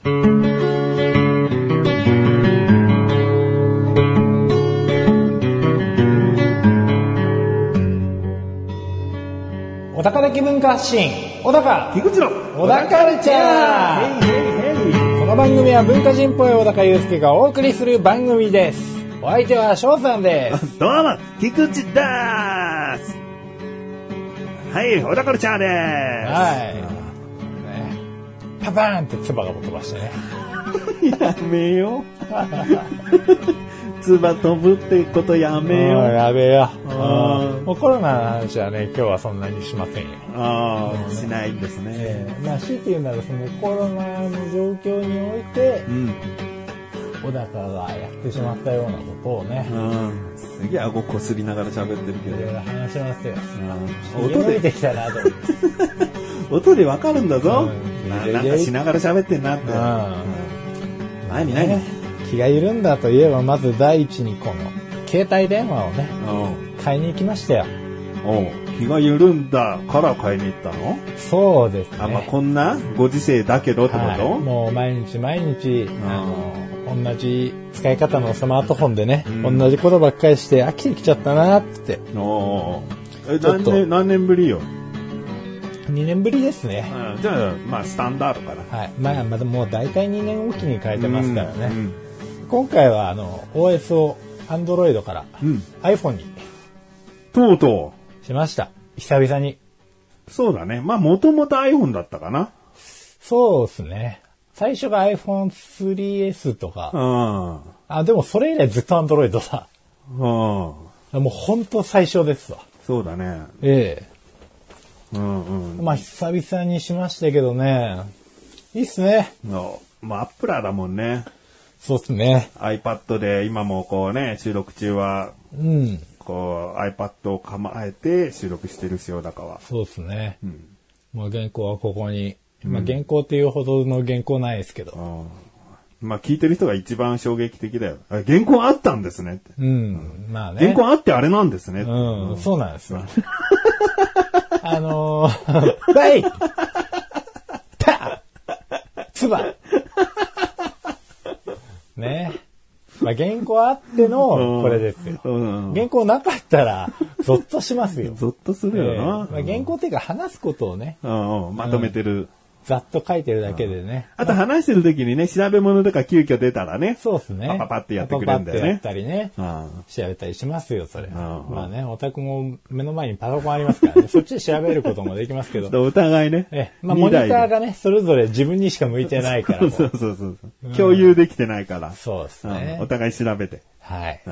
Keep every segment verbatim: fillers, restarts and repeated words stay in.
小高的文化発信、小高菊池の小高カルチャー。 ヘイヘイヘイ。 この番組は文化人っぽい小高祐介がお送りする番組です。お相手は翔さんです。 どうも菊池でーす。はい、小高カルチャーでーす。 はい、ね、パパーンって唾が飛ばしてねやめよ唾飛ぶってことやめよ。 やべえよ。 あもうコロナの話はね、今日はそんなにしませんよ。 ああ、しないんですね。 えー、まあ強いて言うならそのコロナの状況において、うん、小高がやってしまったようなことをね、 うん、すげえ顎こすりながら喋ってるけど、 いろいろ話しますよ。 うん、音でてきたなと思って音でわかるんだぞ、 うん、 な, なんかしながら喋ってんなって、うんうん、何何、 ね、気が緩んだといえばまず第一にこの携帯電話をね買いに行きましたよ。 おう、気が緩んだから買いに行ったの？ そうですね。 あ、まあ、こんなご時世だけどってこと？はい、 もう毎日毎日あの同じ使い方のスマートフォンでね、うん、同じことばっかりして飽きてきちゃったなって。 おえ何年何年ぶりよ？ にねんぶりですね。 うん、じゃあまあスタンダードかな。 はい。まあまだもう大体にねんおきに変えてますからね。うんうん、今回はあの オーエス を Android から iPhone に、うん、 とうとうしました。久々に。 そうだね。まあもともと iPhone だったかな。 そうですね。最初が アイフォンスリーエス とか。うん、あ、でもそれ以来ずっと Android だ。うん、もう本当最初ですわ。 そうだね。 ええ。 うんうん、 まあ久々にしましたけどね、いいっすね。 まあアップラーだもんね。 そうっすね。 iPad で今もこうね、収録中は、うん、こう iPad を構えて収録してるしよ、だかは。 そうっすね。うん、もう原稿はここに、うん、まあ原稿っていうほどの原稿ないですけど。 まあ聞いてる人が一番衝撃的だよ。あ、原稿あったんですねって。 うん、まあね。 原稿あってあれなんですね。 うん、うん、そうなんですよ。あのー、バイパーツバね。まあ、原稿あってのこれですよ。うんうん、原稿なかったらゾッとしますよ。 ゾッとするよな。えーまあ、原稿っていうか話すことをね、 うんうん、まとめてる。うん、 ざっと書いてるだけでね。 あと話してる時にね、調べ物とか急遽出たらね。 そうですね。 パパパってやってくれるんだよね。パパパってやったりね。 うん、 調べたりしますよ、それ。まあね、オタクも目の前にパソコンありますからね。そっちで調べることもできますけど。 お互いね。 え、まあモニターがね、それぞれ自分にしか向いてないから。 そうそうそうそう、うん。共有できてないから。 そうですね、 うん。お互い調べて。 はい。うん、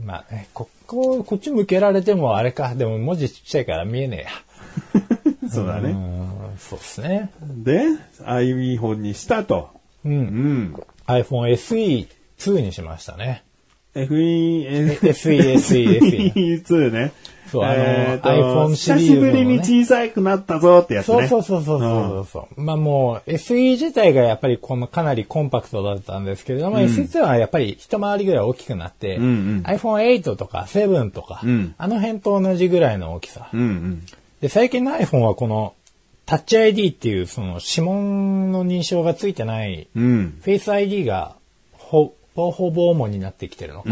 まあね、ここ、こっち向けられてもあれか。でも文字ちっちゃいから見えねえや。 そうだね。 うん、そうですね。 で、iPhone にしたと。 うん。うん、iPhone エスイーツー にしましたね。 エフイー、 エスイー、エスイー、エスイー。 エスイーツー ね。 そう、あの、 えー、 iPhone シリーズ、ね。 久しぶりに小さくなったぞってやつね。 そうそうそうそうそう、うん。まあもう エスイー 自体がやっぱりこのかなりコンパクトだったんですけれども、うん、エスイーツー はやっぱり一回りぐらい大きくなって、うんうん、iPhone エイトとかセブンとか、うん、あの辺と同じぐらいの大きさ。うんうん、で、最近の iPhone はこのタッチ アイディー っていうその指紋の認証がついてない、うん、フェイス アイディー がほぼほぼ主になってきてるのかな。うん、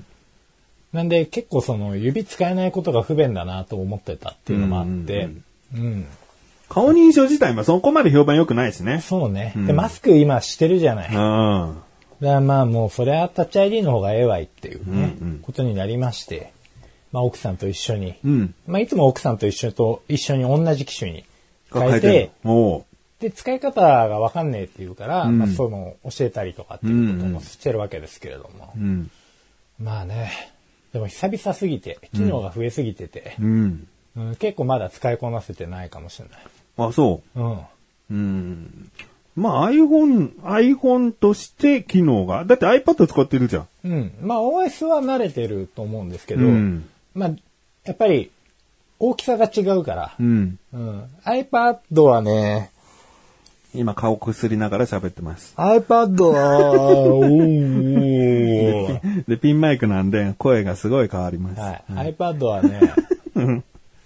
なんで結構その指使えないことが不便だなと思ってたっていうのもあって、うんうんうん、 顔認証自体もそこまで評判良くないですね。 そうね。うん、でマスク今してるじゃない。だからまあもうそれはタッチ アイディー の方がええわいっていうね、うんうん、ことになりまして、まあ奥さんと一緒に、うん、まあいつも奥さんと一緒と一緒に同じ機種に変えて、で使い方がわかんねえって言うから、うん、まあその教えたりとかっていうこともしてるわけですけれども、うん、まあね。でも久々すぎて、機能が増えすぎてて、うんうん、結構まだ使いこなせてないかもしれない。 あ、そう。うん。うん。まあ iPhone、iPhone として機能が、だって iPad 使ってるじゃん。 うん。まあ オーエス は慣れてると思うんですけど、うん、まあやっぱり大きさが違うから、うんうん、iPad はね、 今顔こすりながら喋ってます。 iPad は、おーで、ピンマイクなんで声がすごい変わります。 はい。うん、iPad はね、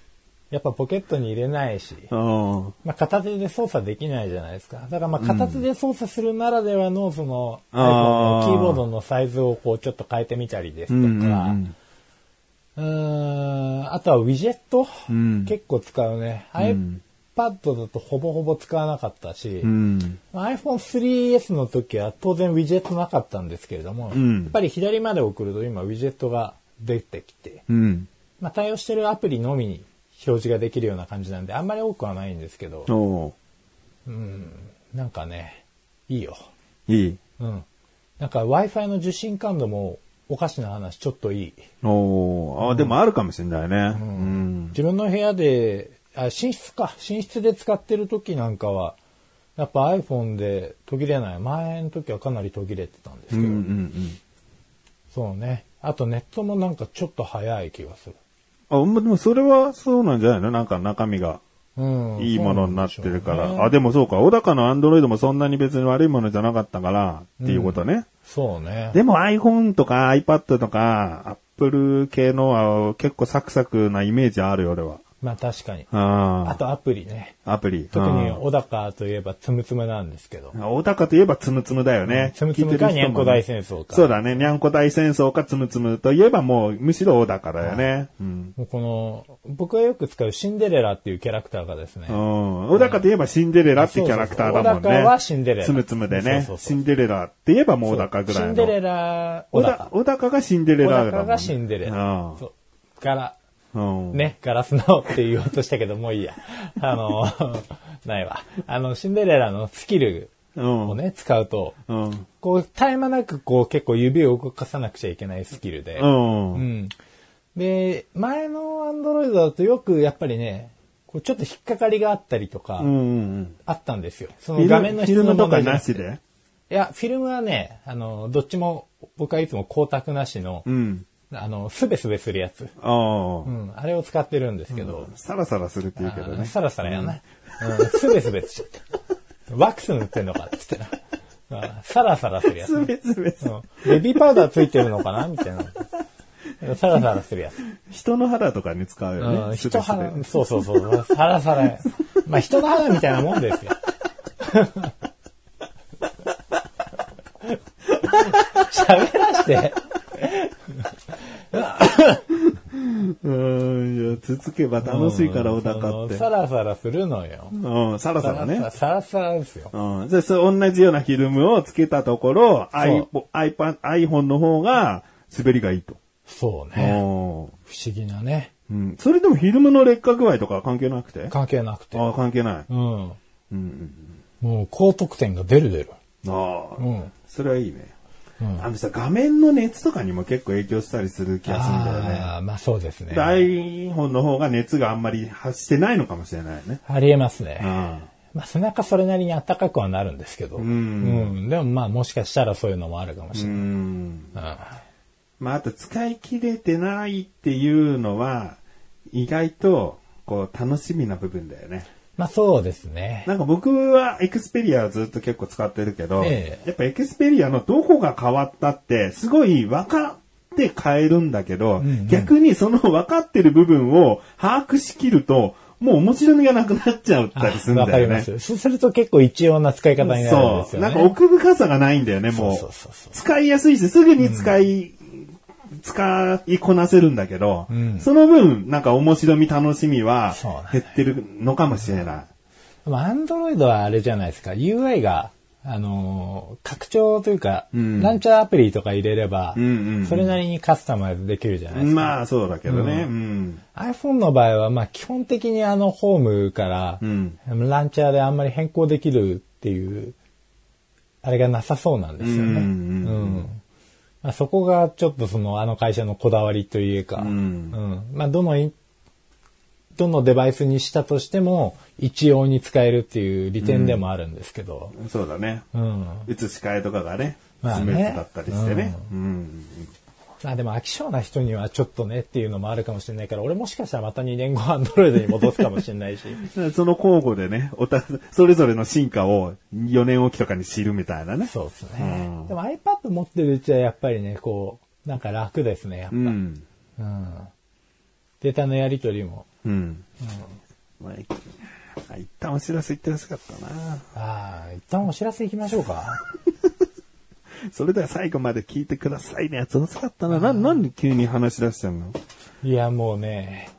やっぱポケットに入れないし、まあ、片手で操作できないじゃないですか。だからまあ片手で操作するならではのその iPhone のキーボードのサイズをこうちょっと変えてみたりですとか、うーん、あとはウィジェット、うん、結構使うね。うん、iPad だとほぼほぼ使わなかったし、うん、アイフォンスリーエス の時は当然ウィジェットなかったんですけれども、うん、やっぱり左まで送ると今ウィジェットが出てきて、うん、まあ、対応してるアプリのみに表示ができるような感じなんであんまり多くはないんですけど、うん、なんかね、いいよ。 いい。 うん。なんか Wi-Fi の受信感度もおかしな話ちょっといい。 おー、あ、でもあるかもしれないね。うんうん、自分の部屋で、あ、寝室か。寝室で使ってる時なんかは、やっぱ iPhone で途切れない。前の時はかなり途切れてたんですけど。うんうんうん、そうね。あとネットもなんかちょっと早い気がする。 あ、でもそれはそうなんじゃないの？なんか中身が。うん、いいものになってるから。ね、あ、でもそうか。小高の Android もそんなに別に悪いものじゃなかったから、っていうことね。うん、 そうね。 でも iPhone とか iPad とか Apple 系のは結構サクサクなイメージあるよ、俺は。 まあ確かに。あ, あとアプリね。 アプリ。 特に小高といえばつむつむなんですけど。 小高といえばつむつむだよね。 つむつむかにゃんこ大戦争か。 そうだね。にゃんこ大戦争かつむつむといえばもうむしろ小高だよね。うん、 もうこの、僕がよく使うシンデレラっていうキャラクターがですね。 うん、小高といえばシンデレラってキャラクターだもんね。 そうそうそう、小高はシンデレラ。 つむつむでね。そうそうそう、シンデレラって言えばもう小高ぐらいの。 シンデレラ、小高。 小高がシンデレラだもんね。 小高がシンデレラ。そう。から、うん、ね、ガラスのって言おうとしたけど、もういいや。あの、ないわ。あの、シンデレラのスキルをね、うん、使うと、うん、こう、絶え間なくこう、結構指を動かさなくちゃいけないスキルで、うんうん、で、前のアンドロイドだとよくやっぱりね、こうちょっと引っかかりがあったりとか、うんうん、あったんですよ。その画面の質の問題じゃなくて。フィルムとかなしで？いや、フィルムはね、あの、どっちも、僕はいつも光沢なしの、うんあの、すべすべするやつ。ああ。うん。あれを使ってるんですけど。 うん、サラサラするって言うけどね。 サラサラやな。うん。すべすべしちゃった。ワックス塗ってんのかっつってな。サラサラするやつ、 ね。すべすべする。 ベビーパウダーついてるのかなみたいな。サラサラするやつ。 人の肌とかに使うよね。 うん。人肌、そうそうそう。サラサラ。まあ人の肌みたいなもんですよ。喋らして。 うん、いや続けば楽しいから小高って。 サラサラするのよ。 うん、サラサラね。 サラサラですよ。 うん。じゃあ、そう同じようなフィルムをつけたところ、iPhone、iPhone の方が滑りがいいと。 そうね。不思議なね。 うん。それでもフィルムの劣化具合とかは関係なくて？ 関係なくて。 ああ、関係ない。うん。 うんうん、もう高得点が出る出る。 ああ。うん。それはいいね。うん、あのさ、画面の熱とかにも結構影響したりする気がするんだよね。 ああ、まあそうですね。 iPhone の方が熱があんまり発してないのかもしれないね。 ありえますね。うん、まあ背中それなりに暖かくはなるんですけど。うん。うん、でもまあもしかしたらそういうのもあるかもしれない。うん。うん、 まああと使い切れてないっていうのは意外とこう楽しみな部分だよね。 まあそうですね。 なんか僕はエクスペリアをずっと結構使ってるけど、ええ、やっぱエクスペリアのどこが変わったってすごい分かって変えるんだけど、うんうん、逆にその分かってる部分を把握しきると、もう面白みがなくなっちゃったりするんだよね。わかります。 そうすると結構一様な使い方になるんですよね。 そう。なんか奥深さがないんだよね、もう。そうそうそうそう。使いやすいし、すぐに使い、うん使いこなせるんだけど、うん、その分、なんか面白み、楽しみは減ってるのかもしれない。 でも、アンドロイドはあれじゃないですか、ユーアイ が、あのー、拡張というか、うん、ランチャーアプリとか入れれば、うんうんうん、それなりにカスタマイズできるじゃないですか。 まあ、そうだけどね。うん、 iPhone の場合は、まあ、基本的にあの、ホームから、うん、ランチャーであんまり変更できるっていう、あれがなさそうなんですよね。うんうんうんまあ、そこがちょっとそのあの会社のこだわりというか、うんうん、まあどのどのデバイスにしたとしても一様に使えるっていう利点でもあるんですけど、 うん、そうだね。うん、写し替えとかがね、スムーズだったりしてね。うんうんまあでも飽き性な人にはちょっとねっていうのもあるかもしれないから、俺もしかしたらまたにねんごアンドロイドに戻すかもしれないし。 その交互でね、おた、それぞれの進化をよねんおきとかに知るみたいなね。 そうですね。うん、でも iPad 持ってるうちはやっぱりね、こう、なんか楽ですね、やっぱ。うん。うん、データのやり取りもうん。うん。まあ、一旦お知らせ言ってほしかったな。 ああ、一旦お知らせ行きましょうか。 それでは最後まで聞いてくださいね。やつ遅かったな。な、なんで急に話し出しちゃうの？ いや、もうね。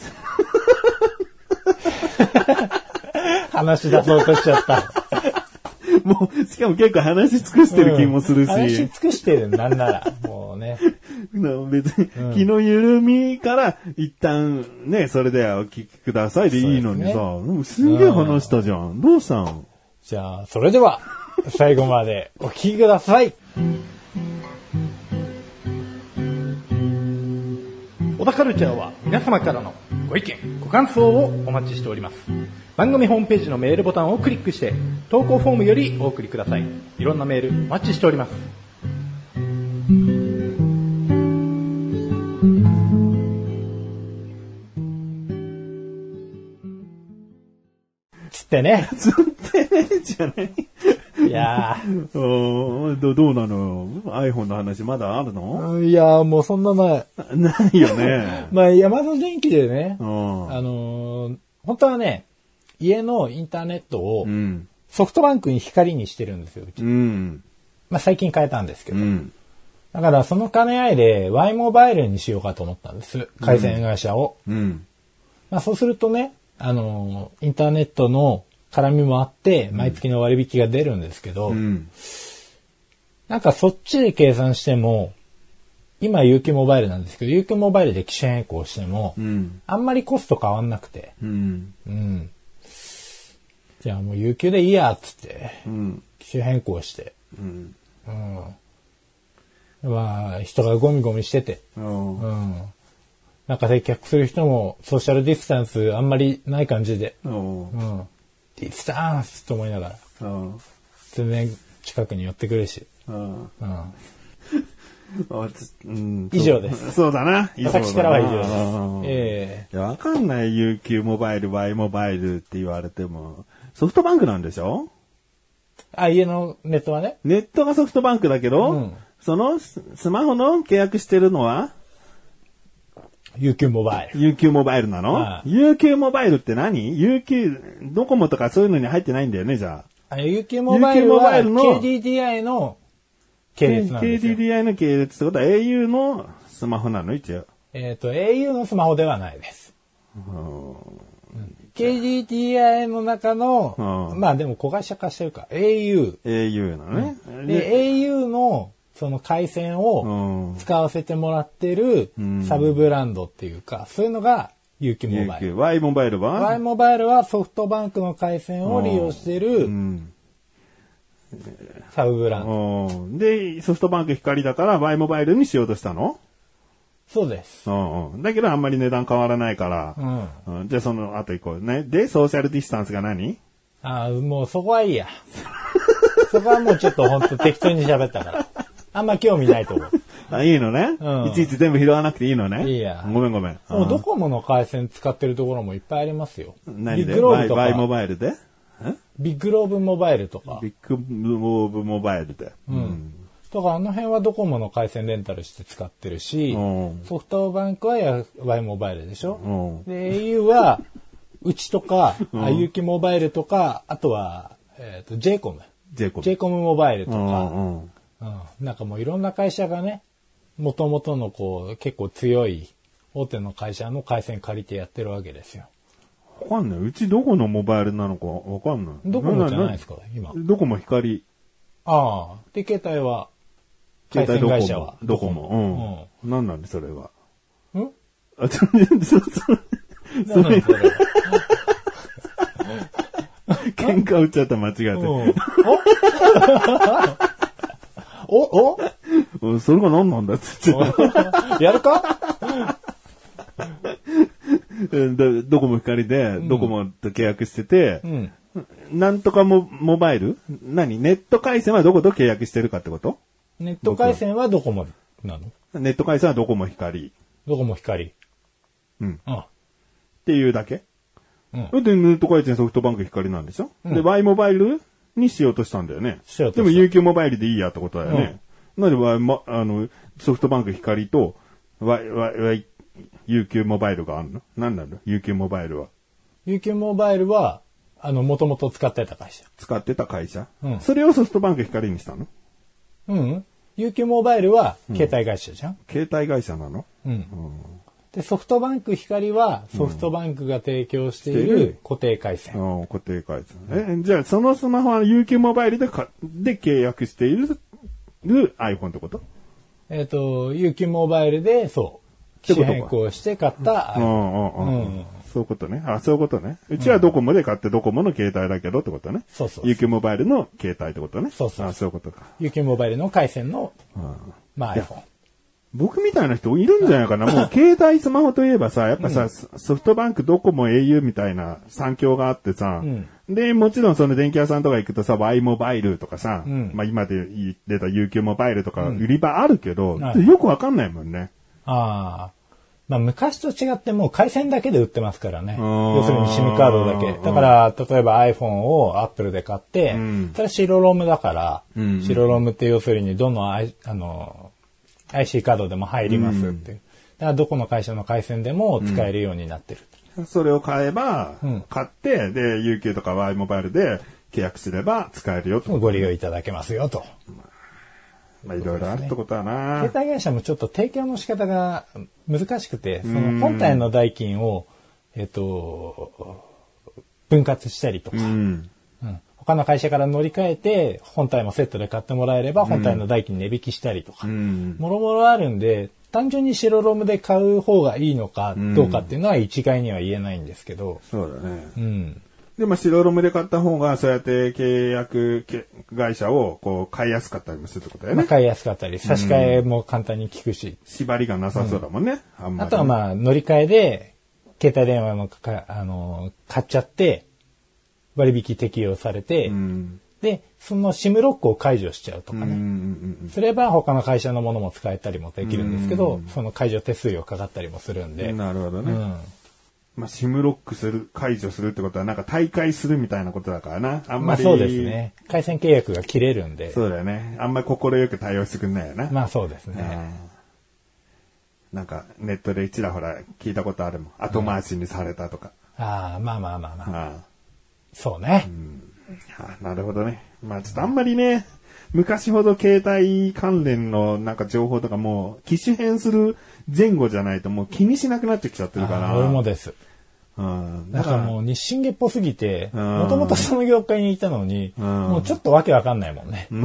話し出そうとしちゃった。 もう、しかも結構話し尽くしてる気もするし。うん、 話し尽くしてる、なんなら。もうね。 別に、うん、気の緩みから、一旦ね、それではお聞きくださいでいいのにさ、ね、すんげえ話したじゃん。うん、どうしたん？ じゃあ、それでは、最後までお聞きください。小田カルチャーは皆様からのご意見、ご感想をお待ちしております。番組ホームページのメールボタンをクリックして投稿フォームよりお送りください。いろんなメールお待ちしております。つってね。 つってねじゃない。 いやーど、どうなの ?iPhone の話まだあるの？ いやーもうそんなない。 ないよね。 まあ山田電機でね、 うん、 あのー、本当はね、家のインターネットをソフトバンクに光にしてるんですよ、うち。 うん、 まあ最近変えたんですけど。 うん、 だからその兼ね合いで Y モバイルにしようかと思ったんです。回線会社を。 うんうん、 まあそうするとね、あのー、インターネットの絡みもあって、毎月の割引が出るんですけど、 うん、なんかそっちで計算しても、今 ユーキュー モバイルなんですけど、ユーキュー モバイルで機種変更しても、 うん、 あんまりコスト変わんなくて、 うんうん、じゃあもう ユーキュー でいいやっつって、 うん、 機種変更して、 うんうん、まあ人がゴミゴミしてて、 うんうん、なんか接客する人もソーシャルディスタンスあんまりない感じで、 うん、 ディスタンスと思いながら、 うん、 全然近くに寄ってくるし、 うんうんうん、 以上です。 そうだな。 私からは以上です。ええー、いや、わかんない ユーキュー モバイル、Y モバイルって言われても、ソフトバンクなんでしょ？ あ、家のネットはね。 ネットがソフトバンクだけど、うん、そのスマホの契約してるのはユーキュー モバイル。 ユーキュー モバイルなの？ああ ユーキュー モバイルって何？ ユーキュー、ドコモとかそういうのに入ってないんだよね、じゃあ。 あ、ユーキュー モバイルは ケーディーディーアイ の系列なんですよ。 ケーディーディーアイ の系列ってことは エーユー のスマホなの一応。 えっと、エーユー のスマホではないです。うん、ケーディーディーアイ の中の、まあでも子会社化してるか、エーユー。 エーユー なのね。 うん、で、エーユー のその回線を使わせてもらってるサブブランドっていうか、そういうのが ユーキュー モバイル。 Y モバイルは ?Y モバイルはソフトバンクの回線を利用してる、うんサブブランド。 で、ソフトバンク光だから Y モバイルにしようとしたの？ そうです。 だけどあんまり値段変わらないから。 うん、 じゃあその後行こうね。で、ソーシャルディスタンスが何？ ああ、もうそこはいいや。そこはもうちょっと本当適当に喋ったから。あんま興味ないと思う。 あ、いいのね、うん。いちいち全部拾わなくていいのね。 いいや。 ごめんごめん。 もうドコモの回線使ってるところもいっぱいありますよ。 何で？ Y モバイルで？ ビッグローブモバイルとか。 ビッグローブモバイルで。 うん。だからあの辺はドコモの回線レンタルして使ってるし、うん、ソフトバンクは Y モバイルでしょ、うん、で エーユー はうちとか、うん、ユーキュー モバイルとか、あとは、えーと、ジェイコム。 ジェイコム。 ジェイコム モバイルとか、 うんうんうん、なんかもういろんな会社がね、元々のこう結構強い大手の会社の回線借りてやってるわけですよ。 わかんない。うちどこのモバイルなのかわかんない。 ドコモじゃないですか、今。 ドコモ光。 ああ。で、携帯は、回線会社はドコモ。うん。何なんでそれは。 んあ、ちょ、ちょ、ちょ、 それ。それ喧嘩売っちゃった間違えて。 おおそれが何なんだって言って。やるかドコモ光で、ドコモと契約してて、うん、なんとかモモバイル何ネット回線はどこと契約してるかってこと？ ネット回線はドコモなの？ ネット回線はドコモ光。 ドコモ光。 うん。 ああっていうだけ？ うん。 で、ネット回線ソフトバンク光なんでしょ、うん、で、Y モバイルにしようとしたんだよね。 しようとした。 でも ユーキュー モバイルでいいやってことだよね。うん、なんで Y、ま、あの、ソフトバンク光と Y、Y、Y、 ユーキュー モバイルがあるの？何なの ユーキュー モバイルは。 ユーキュー モバイルは、あの、もともと使ってた会社。 使ってた会社、 うん、 それをソフトバンク光にしたの？ うん。ユーキュー モバイルは携帯会社じゃん、うん、 携帯会社なの？ うん。うん、で、ソフトバンク光はソフトバンクが提供している固定回線。 うん、固定回線。え、じゃあそのスマホは ユーキュー モバイルでか、で契約している iPhone ってこと？ えっ、ー、と、ユーキュー モバイルで、そう、機種変更して買った iPhone。 うんうんうん。そういうことね。あ、そういうことね。うちはドコモで買ってドコモの携帯だけどってことね。 そうそうそう。 ユーキュー モバイルの携帯ってことね。 そうそうそう。 あ、そういうことか。 ユーキュー モバイルの回線の、うん、まあ iPhone。 僕みたいな人いるんじゃないかな。もう携帯スマホといえばさ、やっぱさ、うん、ソフトバンク、ドコモ、エーユー みたいな産業があってさ、うん、で、もちろんその電気屋さんとか行くとさ、Y モバイルとかさ、うん、まあ今で出た ユーキュー モバイルとか売り場あるけど、うん、よくわかんないもんね。 ああ。まあ昔と違ってもう回線だけで売ってますからね。要するに SIM カードだけ。だから、例えば iPhone を Apple で買って、うん、それは白ロムだから、うん、白ロムって要するにどの、あの、アイシー カードでも入りますっていう。だからどこの会社の回線でも使えるようになってる。 うん、それを買えば、うん、買って、で、ユーキュー とか Y モバイルで契約すれば使えるよと。 ご利用いただけますよと。 まあいろいろあるってことはな。 携帯会社もちょっと提供の仕方が難しくて、その本体の代金を、えっと、分割したりとか、うんうん、他の会社から乗り換えて、本体もセットで買ってもらえれば、本体の代金値引きしたりとか、もろもろあるんで、単純に白ロムで買う方がいいのかどうかっていうのは一概には言えないんですけど。 そうだね。 うん。 でも白ロムで買った方が、そうやって契約会社をこう買いやすかったりもするってことだよね。 まあ、買いやすかったり、差し替えも簡単に効くし。 縛りがなさそうだもんね。うん、あんまりね。 あとはまあ、乗り換えで、携帯電話のか、あの、買っちゃって、割引適用されて、うん、で、その SIM ロックを解除しちゃうとかね。うんうんうん、すれば他の会社のものも使えたりもできるんですけど、うんうん、その解除手数料かかったりもするんで。 なるほどね。うんまあ、SIM ロックする、解除するってことはなんか退会するみたいなことだからな。あんまり。 まあそうですね。回線契約が切れるんで。 そうだよね。あんまり心よく対応してくんないよな。 まあそうですね。 なんかネットでちらほら聞いたことあるもん。後回しにされたとか。 うん、ああ、まあまあまあまあ。ああそうね、うんあ。なるほどね。まあちょっとあんまりね、昔ほど携帯関連のなんか情報とかもう機種変する前後じゃないともう気にしなくなってきちゃってるから。 俺もです。うん、だからもう日進月歩すぎて、もともとその業界にいたのに、もうちょっとわけわかんないもんね。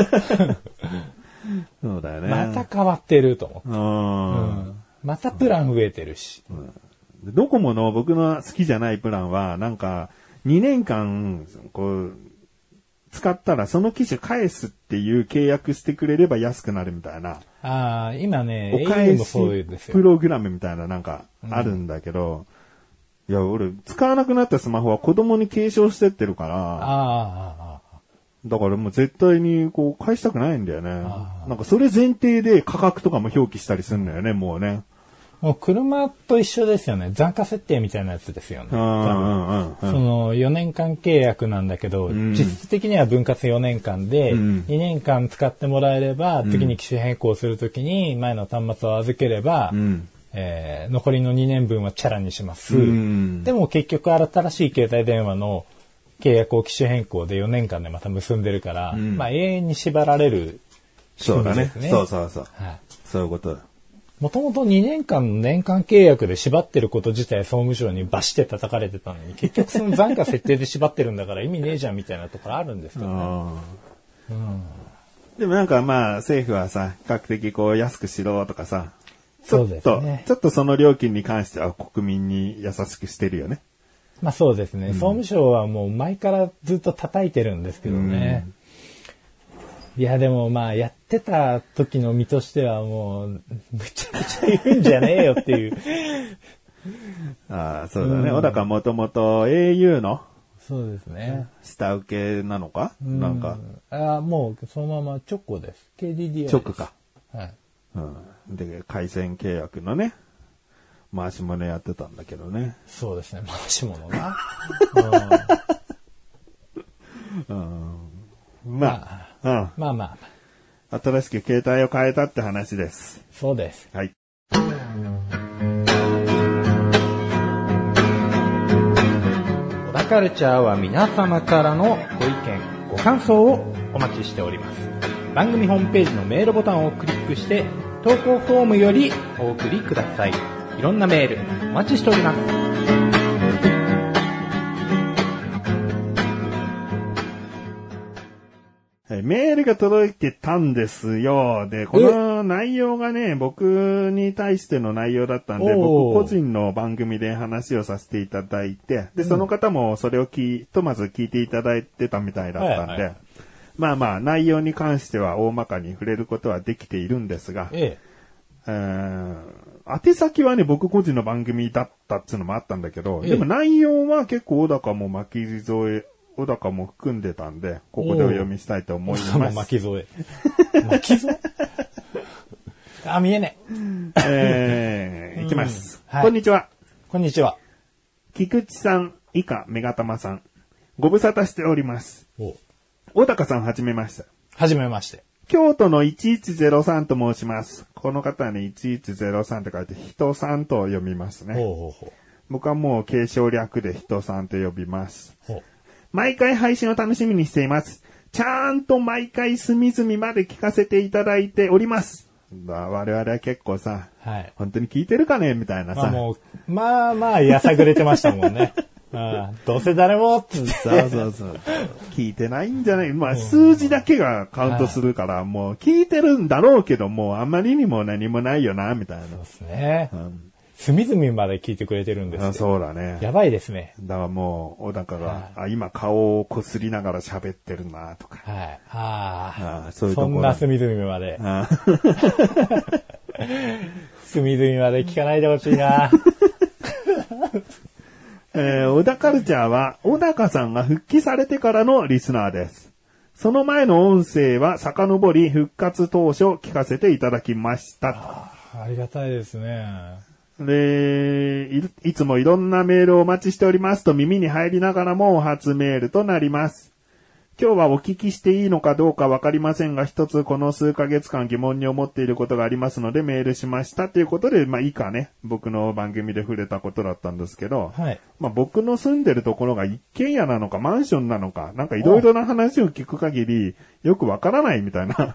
そうだよね。 また変わってると思って。うん、またプラン増えてるし。 うん、ドコモの僕の好きじゃないプランは、なんかにねんかん、こう、使ったらその機種返すっていう契約してくれれば安くなるみたいな。 ああ、今ね、 お返しプログラムみたいななんかあるんだけど、うん、いや、俺、使わなくなったスマホは子供に継承してってるから、あだからもう絶対にこう返したくないんだよね。なんかそれ前提で価格とかも表記したりするんだよね、もうね。 もう車と一緒ですよね。残価設定みたいなやつですよね。うんうんうん、そのよねんかん契約なんだけど、うん、実質的には分割よねんかんで、うん、にねんかん使ってもらえれば、うん、次に機種変更するときに前の端末を預ければ、うんえー、残りのにねんぶんはチャラにします。うん、でも結局新しい携帯電話の契約を機種変更でよねんかんでまた結んでるから、うん、まあ永遠に縛られる仕組みですね。 そうだね。そうそうそう。はい、そういうことだ。 もともとにねんかんの年間契約で縛ってること自体総務省にバシって叩かれてたのに、結局その残価設定で縛ってるんだから意味ねえじゃんみたいなところあるんですけどね。 うん、でもなんかまあ政府はさ、比較的こう安くしろとかさ、ちょっと、そうですね、ちょっとその料金に関しては国民に優しくしてるよね。 まあそうですね。うん、総務省はもう前からずっと叩いてるんですけどね。うんいやでもまあやってた時の身としてはもうむちゃくちゃ言うんじゃねえよっていう。 ああそうだね。小高もともと エーユー のそうですね。 下請けなのか、うん、なんか。 ああもうそのまま直行です。ケーディーディーアイ です。 直か。はい。うん。で回線契約のね回し物やってたんだけどね。 そうですね回し物な。 うん。うん、まあ。まあうん、まあまあまあ。新しく携帯を変えたって話です。 そうです。 はい。 カルチャーは皆様からのご意見、ご感想をお待ちしております。番組ホームページのメールボタンをクリックして投稿フォームよりお送りください。いろんなメールお待ちしております。 メールが届いてたんですよ。で、この内容がね、僕に対しての内容だったんで、僕個人の番組で話をさせていただいて、で、その方もそれを聞い、とまず聞いていただいてたみたいだったんで、はいはい、まあまあ、内容に関しては大まかに触れることはできているんですが、えええー、宛先はね、僕個人の番組だったっていうのもあったんだけど、ええ、でも内容は結構小高も巻き添え、小高も含んでたんで、ここでお読みしたいと思います。 巻き添え。巻き添えあ、見えねえ。えー、いきます、はい。こんにちは。 こんにちは。 菊池さん、以下、メガタマさん。ご無沙汰しております。お小高さん、はじめまして。 はじめまして。 京都のいちいちゼロさんと申します。この方はね、いちいちゼロさんと書いて、人さんと読みますね。ほうほうほう。僕はもう継承略で人さんと呼びます。ほう。毎回配信を楽しみにしています。ちゃんと毎回隅々まで聞かせていただいております。我々は結構さ、はい、本当に聞いてるかねみたいなさ。 まあもう、まあまあ、やさぐれてましたもんね。ああどうせ誰もって言って。 そうそうそう。聞いてないんじゃないまあ、数字だけがカウントするから、もう聞いてるんだろうけど、もうあんまりにも何もないよな、みたいな。そうですね。うん隅々まで聞いてくれてるんですよ。 そうだね。 やばいですね。 だからもう、小高が、はい、あ今顔をこすりながら喋ってるなとか。はい。 ああ。そういうところ。そんな隅々まで。隅々まで聞かないでほしいな。 えー、小高カルチャーは、小高さんが復帰されてからのリスナーです。その前の音声は遡り復活当初聞かせていただきました。 あ, ありがたいですね。 でい、いつもいろんなメールをお待ちしておりますと耳に入りながらも初メールとなります。今日はお聞きしていいのかどうかわかりませんが、一つこの数ヶ月間疑問に思っていることがありますのでメールしましたということで、まあいいかね、僕の番組で触れたことだったんですけど、はい、まあ僕の住んでるところが一軒家なのかマンションなのか、なんかいろいろな話を聞く限りよくわからないみたいな。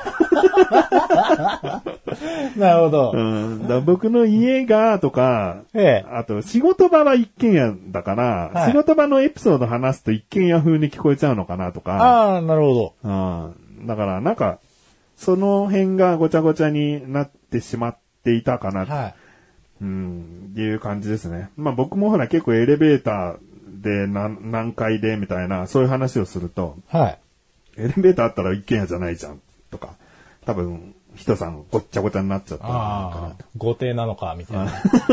なるほど。 うん、だ僕の家がとか、ええ、あと仕事場は一軒家だから、はい、仕事場のエピソード話すと一軒家風に聞こえちゃうのかなとか。 ああ、なるほど。 うん。だからなんか、その辺がごちゃごちゃになってしまっていたかな。はい。うん、いう感じですね。まあ僕もほら結構エレベーターで何、何階でみたいな、そういう話をすると、はい。エレベーターあったら一軒家じゃないじゃん、とか。多分、人さんごっちゃごちゃになっちゃったのかなと。 豪邸なのか、みたい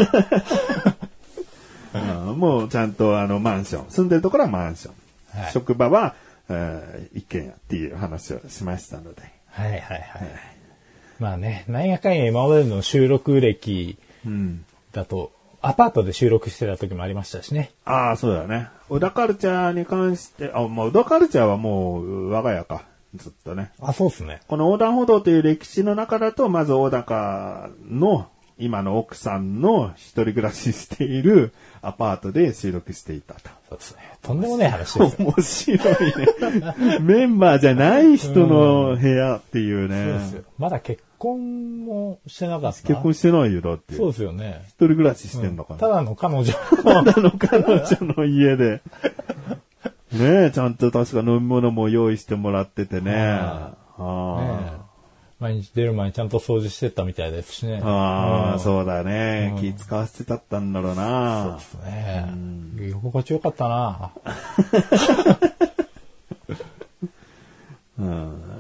な。もうちゃんとあのマンション。住んでるところはマンション。はい、職場は、えー、一軒家っていう話をしましたので。 はいはいはい。はい、まあね、なんやかんや今までの収録歴だと、うん、アパートで収録してた時もありましたしね。 ああ、そうだね。小田カルチャーに関して、あ、もう小田カルチャーはもう我が家か。ずっとね。 あ、そうですね。 この横断歩道という歴史の中だと、まず小高の今の奥さんの一人暮らししているアパートで収録していたと。 そうですね。とんでもない話ですよ。 面白いね。メンバーじゃない人の部屋っていうね。そうですよ。 まだ結婚もしてなかった。 結婚してないよ、だって。 そうですよね。 一人暮らししてんのかな。うん、 ただの彼女。 ただの彼女の家で。ねえ、ちゃんと確か飲み物も用意してもらっててね。ああ、 ね、毎日出る前にちゃんと掃除してったみたいですしね。 ああ、うん、そうだね、うん。気使わせてたったんだろうな。 そうですね。うん、居心地よかったな。 うん、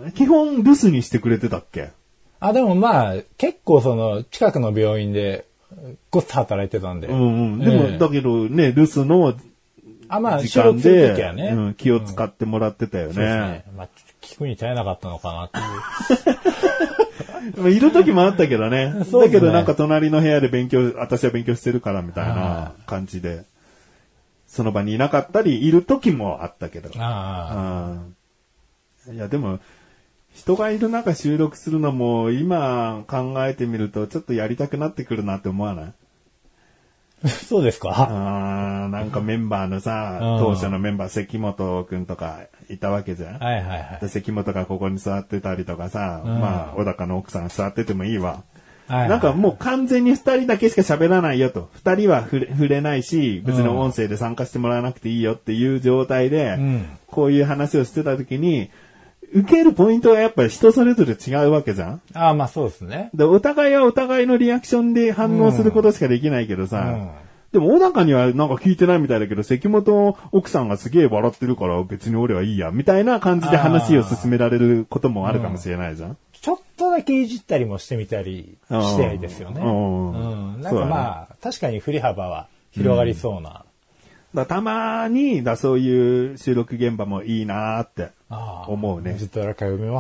基本留守にしてくれてたっけ？ あ、でもまあ、結構その、近くの病院で、ごっつ働いてたんで。 うんうん。でも、えー、だけどね、留守の、 あ、まあ、収録するときはね、 うん。気を使ってもらってたよね。うん、そうですね。 まあ、聞くに耐えなかったのかなっていう。 いる時もあったけどね。ねだけどなんか隣の部屋で勉強、私は勉強してるからみたいな感じで、その場にいなかったり、いる時もあったけど。ああ。いや、でも、人がいる中収録するのも今考えてみるとちょっとやりたくなってくるなって思わない？ そうですか？ あなんかメンバーのさ、当初のメンバー関本くんとかいたわけじゃん。 はいはいはい。 で関本がここに座ってたりとかさ、うん、まあ、小高の奥さん座っててもいいわ。はいはい、なんかもう完全に二人だけしか喋らないよと。二人は触れ、触れないし、別に音声で参加してもらわなくていいよっていう状態で、うん、こういう話をしてた時に、受けるポイントはやっぱり人それぞれ違うわけじゃん。 ああ、まあそうですね。 で、お互いはお互いのリアクションで反応することしかできないけどさ、うん、でも小高にはなんか聞いてないみたいだけど、関本奥さんがすげえ笑ってるから別に俺はいいや、みたいな感じで話を進められることもあるかもしれないじゃん。うん、 ちょっとだけいじったりもしてみたりしてないですよね。うん。なんかまあ、ね、確かに振り幅は広がりそうな。うん、 だたまにだそういう収録現場もいいなーって思うね。 ずっとやらか読めます？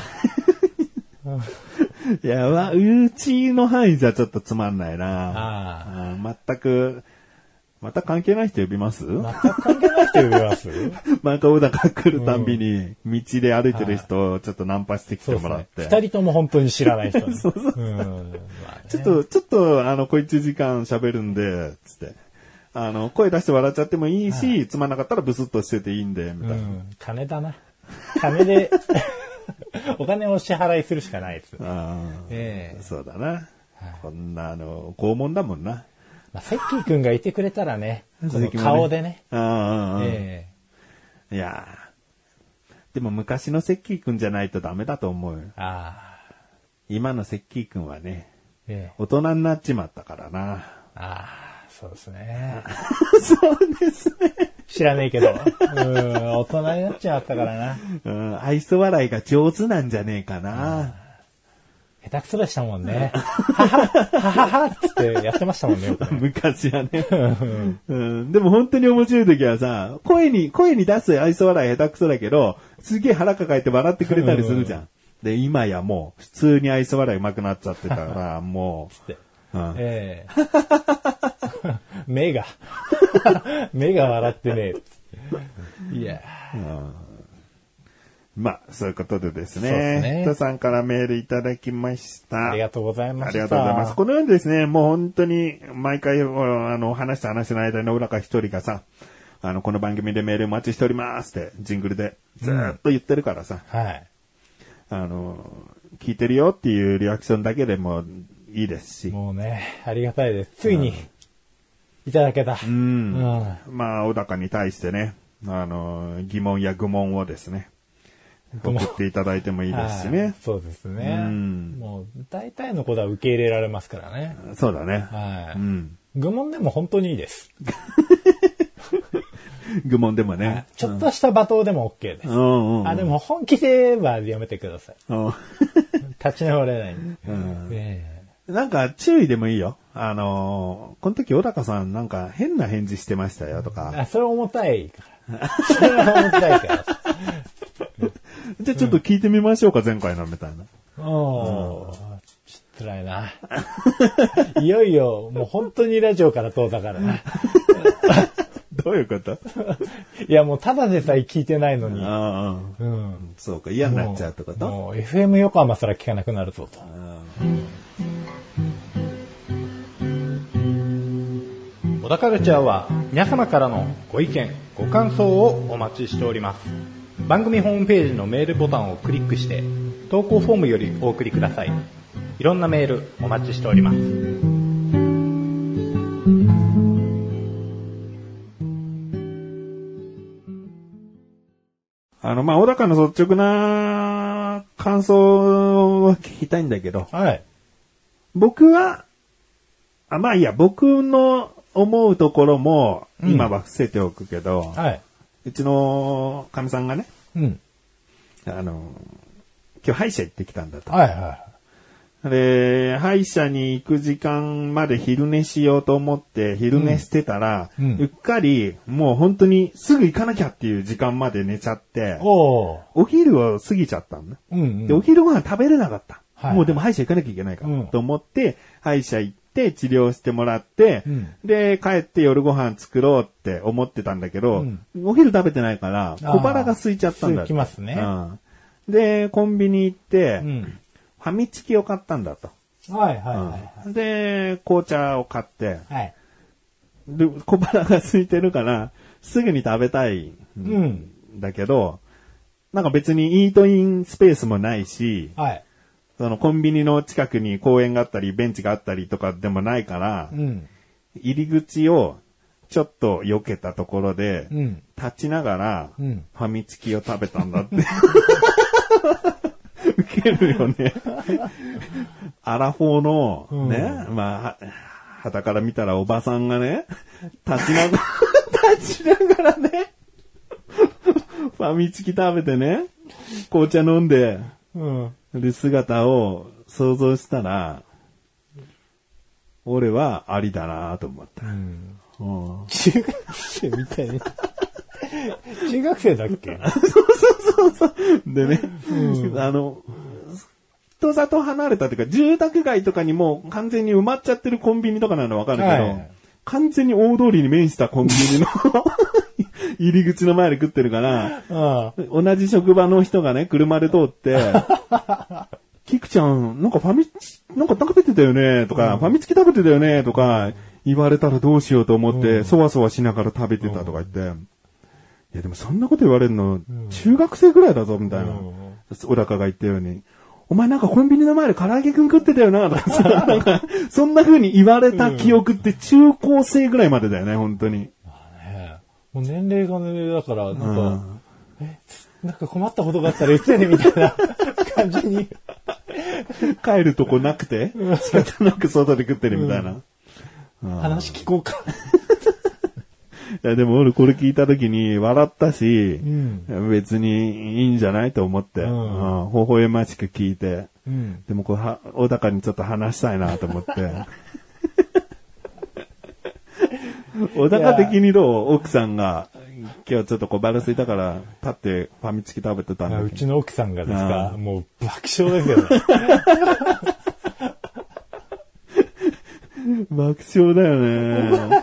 いや、まあ、うちの範囲じゃちょっとつまんないな。ああ全く、また関係ない人呼びます？ 全く関係ない人呼びます？ また小高来るたんびに、道で歩いてる人をちょっとナンパしてきてもらって。 二、ね、人とも本当に知らない人、ね。 そうそうそう。うんまあね、ちょっと、ちょっと、あの、小一時間喋るんで、つって。あの、声出して笑っちゃってもいいし、つまんなかったらブスッとしてていいんで、みたいな。うん、 金だな。金で、お金を支払いするしかないです。 あえー、そうだな。はい、こんな、あの、拷問だもんな。 まあ、セッキーくんがいてくれたらね、この顔でね。 ああ、えー、いやでも昔のセッキーくんじゃないとダメだと思うよ。あ今のセッキーくんはね、えー、大人になっちまったからな。 ああ。そうですね。 そうですね。 知らねえけど。うん、大人になっちまったからな。 うん、愛想笑いが上手なんじゃねえかな。 下手くそでしたもんね。はは、はははってやってましたもんね。 昔はね、うん。でも本当に面白い時はさ、声に、声に出す愛想笑い下手くそだけど、すげえ腹抱えて笑ってくれたりするじゃん。で、今やもう、普通に愛想笑い上手くなっちゃってたから、もう。うんええ、目が目が笑ってねえ。いや、うん、 まあそういうことでですね。そうですね。人さんからメールいただきました。 ありがとうございました。 ありがとうございます。このようにですね、もう本当に毎回あの話した話の間に小高一人がさ、あのこの番組でメールお待ちしておりますってジングルでずーっと言ってるからさ、うん、はい。あの聞いてるよっていうリアクションだけでもいいですし。 もうね、ありがたいです。ついに、いただけた。 うん。うん、まあ、小高に対してね、あの、疑問や愚問をですね、送っていただいてもいいですしね。 そうですね。うん、もう、大体のことは受け入れられますからね。 そうだね。 はい。うん、愚問でも本当にいいです。 愚問でもね。 ちょっとした罵倒でも OK です。うんうんうん、あ、でも本気ではやめてください。うん、立ち直れないんで。うんねなんか注意でもいいよ。あのー、この時小高さんなんか変な返事してましたよとか。 あ、それ重たいから。それは重たいから。 じゃあちょっと聞いてみましょうか、うん、前回のみたいな。 おー、ちょっと辛いな。いよいよもう本当にラジオから遠ざかるな。 どういうこと？ いやもうただでさえ聞いてないのに。 あうん、そうか、嫌になっちゃうってこと？ もう、もう エフエム 横浜すら聞かなくなるぞと。小田カルチャーは皆様からのご意見ご感想をお待ちしております。番組ホームページのメールボタンをクリックして投稿フォームよりお送りください。いろんなメールお待ちしております。 あのまあ小高の率直な感想を聞きたいんだけど、はい、僕はあまあいいや僕の思うところも今は伏せておくけど、うんはい、うちのかみさんがね、うん、あの今日歯医者行ってきたんだと。はいはい、で歯医者に行く時間まで昼寝しようと思って昼寝してたら、うんうん、うっかりもう本当にすぐ行かなきゃっていう時間まで寝ちゃって、お, お昼を過ぎちゃったんだ、うんうん、でお昼ご飯食べれなかった、はい、もうでも歯医者行かなきゃいけないから、うん、と思って歯医者行ってで治療してもらって、うん、で帰って夜ご飯作ろうって思ってたんだけど、うん、お昼食べてないから小腹が空いちゃったんだって。 空きますね、うん。 でコンビニ行って、うん、ファミチキを買ったんだと。 はいはいはい、 うん、で紅茶を買って、はい、 で小腹が空いてるから、すぐに食べたいんだけど、うん、なんか別にイートインスペースもないし、はい、そのコンビニの近くに公園があったり、ベンチがあったりとかでもないから、うん、入り口をちょっと避けたところで、うん、立ちながら、うん、ファミチキを食べたんだって。ウケるよね。アラフォーの、ね、うん、まあ、旗から見たらおばさんがね、立ちながら、立ちながらね、ファミチキ食べてね、紅茶飲んで、る姿を想像したら、俺はありだなと思った。うんうん、中学生みたいに。中学生だっけそうそうそうそう。でね、うん、あの、人里離れたというか、住宅街とかにもう完全に埋まっちゃってるコンビニとかなのわかるけど、はい、完全に大通りに面したコンビニの入り口の前で食ってるから、ああ同じ職場の人がね、車で通って、キクちゃん、なんかファミチ、なんか食べてたよねとか、うん、ファミチキ食べてたよねとか言われたらどうしようと思って、うん、そわそわしながら食べてたとか言って、うん、いやでもそんなこと言われるの、中学生ぐらいだぞみたいな、うん、小高が言ったように。お前なんかコンビニの前で唐揚げくん食ってたよなとかさ、なんか、そんな風に言われた記憶って中高生ぐらいまでだよね、本当に。 まあね、もう年齢が年齢だから、なんか、うん、え、なんか困ったことがあったら言ってね、みたいな感じに。 帰るとこなくて、仕方なく外で食ってるみたいな。 うん、話聞こうか。 いやでも俺これ聞いた時に笑ったし、うん、別にいいんじゃないと思って、うんうん、微笑ましく聞いて、うん、でもこうは小高にちょっと話したいなと思って。小高的にどう？奥さんが今日ちょっと小腹空いたから立ってファミチキ食べてたんだけど。 うちの奥さんがですか、もう爆笑ですよね。 爆笑だよね。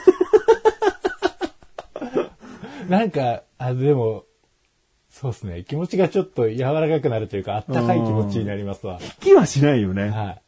なんか、あ、でも、そうですね。気持ちがちょっと柔らかくなるというか、あったかい気持ちになりますわ。 引きはしないよね。はい。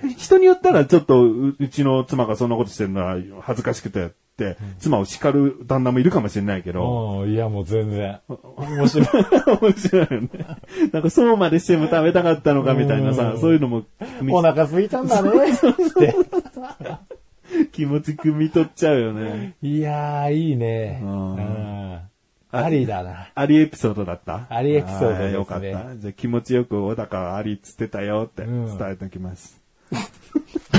人によったらちょっとう、うちの妻がそんなことしてるのは恥ずかしくてって、うん、妻を叱る旦那もいるかもしれないけど。 いや、もう全然。面白い。 面白いよね。なんかそうまでしても食べたかったのかみたいなさ、そういうのも。 お腹空いたんだね。って気持ち汲み取っちゃうよね。 いやー、いいね。うん、ありだな。 ありエピソードだった？ ありエピソードですね。 よかった。じゃあ気持ちよく小高はありっつってたよって伝えておきます。うん、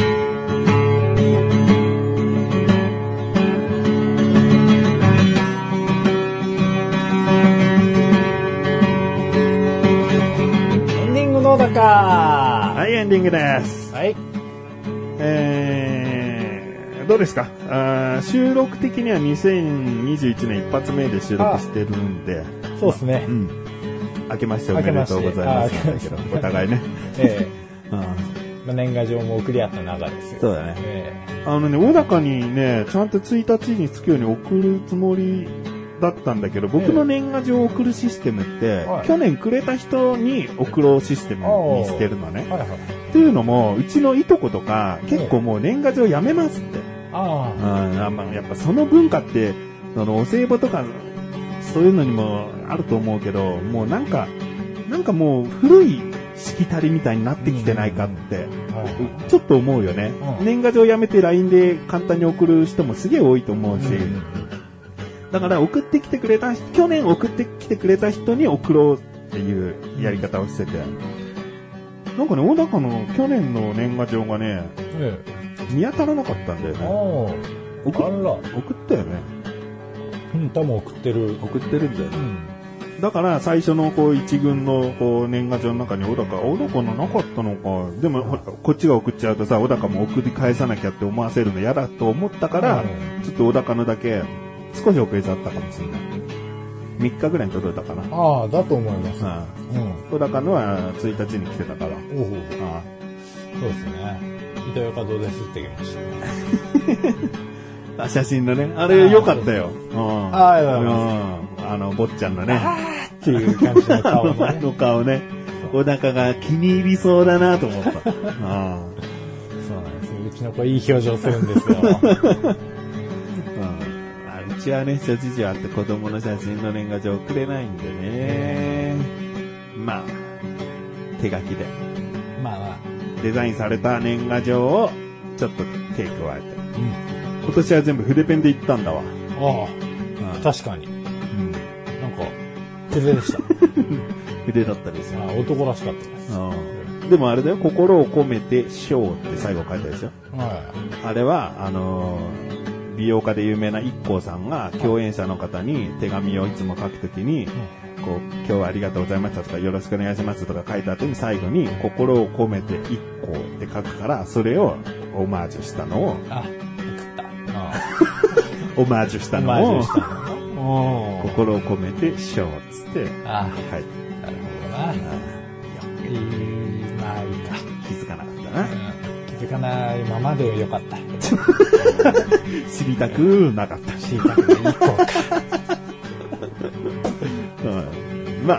エンディングの小高。 はい、エンディングです。 はい。 えー、どうですか？あ、収録的にはにせんにじゅういちねん一発目で収録してるんで。 そうですね。 うん。明けましておめでとうございます。だけど、お互いね。ええー。まあ、年賀状も送り合った中ですよ。 そうだね。えー、あのね、小高にね、ちゃんとついたちにつくように送るつもりだったんだけど、僕の年賀状を送るシステムって、はい、去年くれた人に送ろうシステムにしてるのね。はいはい、っていうのも、うちのいとことか、結構もう年賀状やめますって。ああ、まあ、やっぱその文化って、あの、お歳暮とか、そういうのにもあると思うけど、もうなんか、なんかもう古いしきたりみたいになってきてないかって、ちょっと思うよね。年賀状やめて ライン で簡単に送る人もすげえ多いと思うし、だから送ってきてくれた、去年送ってきてくれた人に送ろうっていうやり方をしてて、なんかね、小高の去年の年賀状がね、ええ、見当たらなかったんだよね。送っ、送ったよね。 うん、多分送ってる。 送ってるんだよね。うん、だから最初のこう一軍のこう年賀状の中に小高、小高のなかったのか。でもこっちが送っちゃうとさ、小高も送り返さなきゃって思わせるの嫌だと思ったから、うん、ちょっと小高のだけ少し遅れちゃったかもしれない。みっかぐらいに届いたかな。 ああ、だと思います。うん。 小高のはついたちに来てたから。おうああ、そうですね。糸魚川堂ですってきましたね。 あ、写真のね。あれ良かったよ。うん。 ああ、ありがとうございます。 あの、坊ちゃんのね。 あーっていう感じの顔ね。 あの顔ね。小高が気に入りそうだなと思った。ああ。 そうなんですよ。うちの子いい表情するんですよ。 年はね、諸事情あって子供の写真の年賀状送れないんでね。まあ、手書きで。 まあまあ。 デザインされた年賀状をちょっと手加えて。うん、今年は全部筆ペンでいったんだわ。 ああ、確かに。うん。なんか、筆でした。 筆だったですよ。 ああ、男らしかったです。ああでもあれだよ、心を込めて章って最後書いたですよ。はい。あれは、あのー、美容家で有名な一光さんが共演者の方に手紙をいつも書くときに、こう、今日はありがとうございましたとか、よろしくお願いしますとか書いた後に最後に、心を込めて一光って書くから、それをオマージュしたのを、 あ、送った。あオマージュしたのを、 の心を込めて章っつって書いて。 なるほどな。いい、まあいいか。 気づかなかったな。うん、 気づかないままでよかった。 知りたくなかった。 知りたくない一個か。 うん、まあ、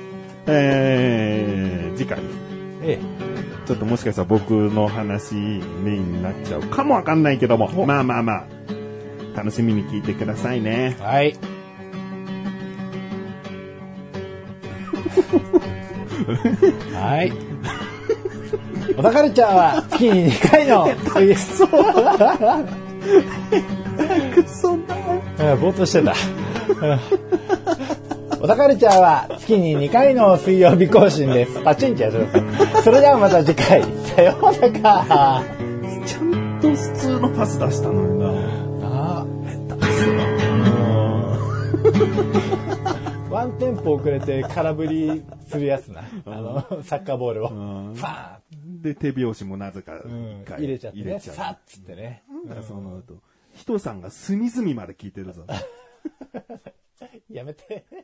えー、次回。ええ。ちょっともしかしたら僕の話メインになっちゃうかもわかんないけども、まあまあまあ、楽しみに聞いてくださいね。 はい。はい。おたかるちゃんは月ににかいの水そうくそんだ。 ぼーっとしてた。おたかるちゃんは月ににかいの水曜日更新です。パチンってやる。それではまた次回。さようなら。 ちゃんと普通のパス出したのにな。ああ、下手くそだ。 ワンテンポ遅れて空振りするやつな。あの、サッカーボールを。ファーンで、手拍子もなぜか一回入れちゃってね。さっつってね。 なんだその後。人さんが隅々まで聞いてるぞ。 やめて。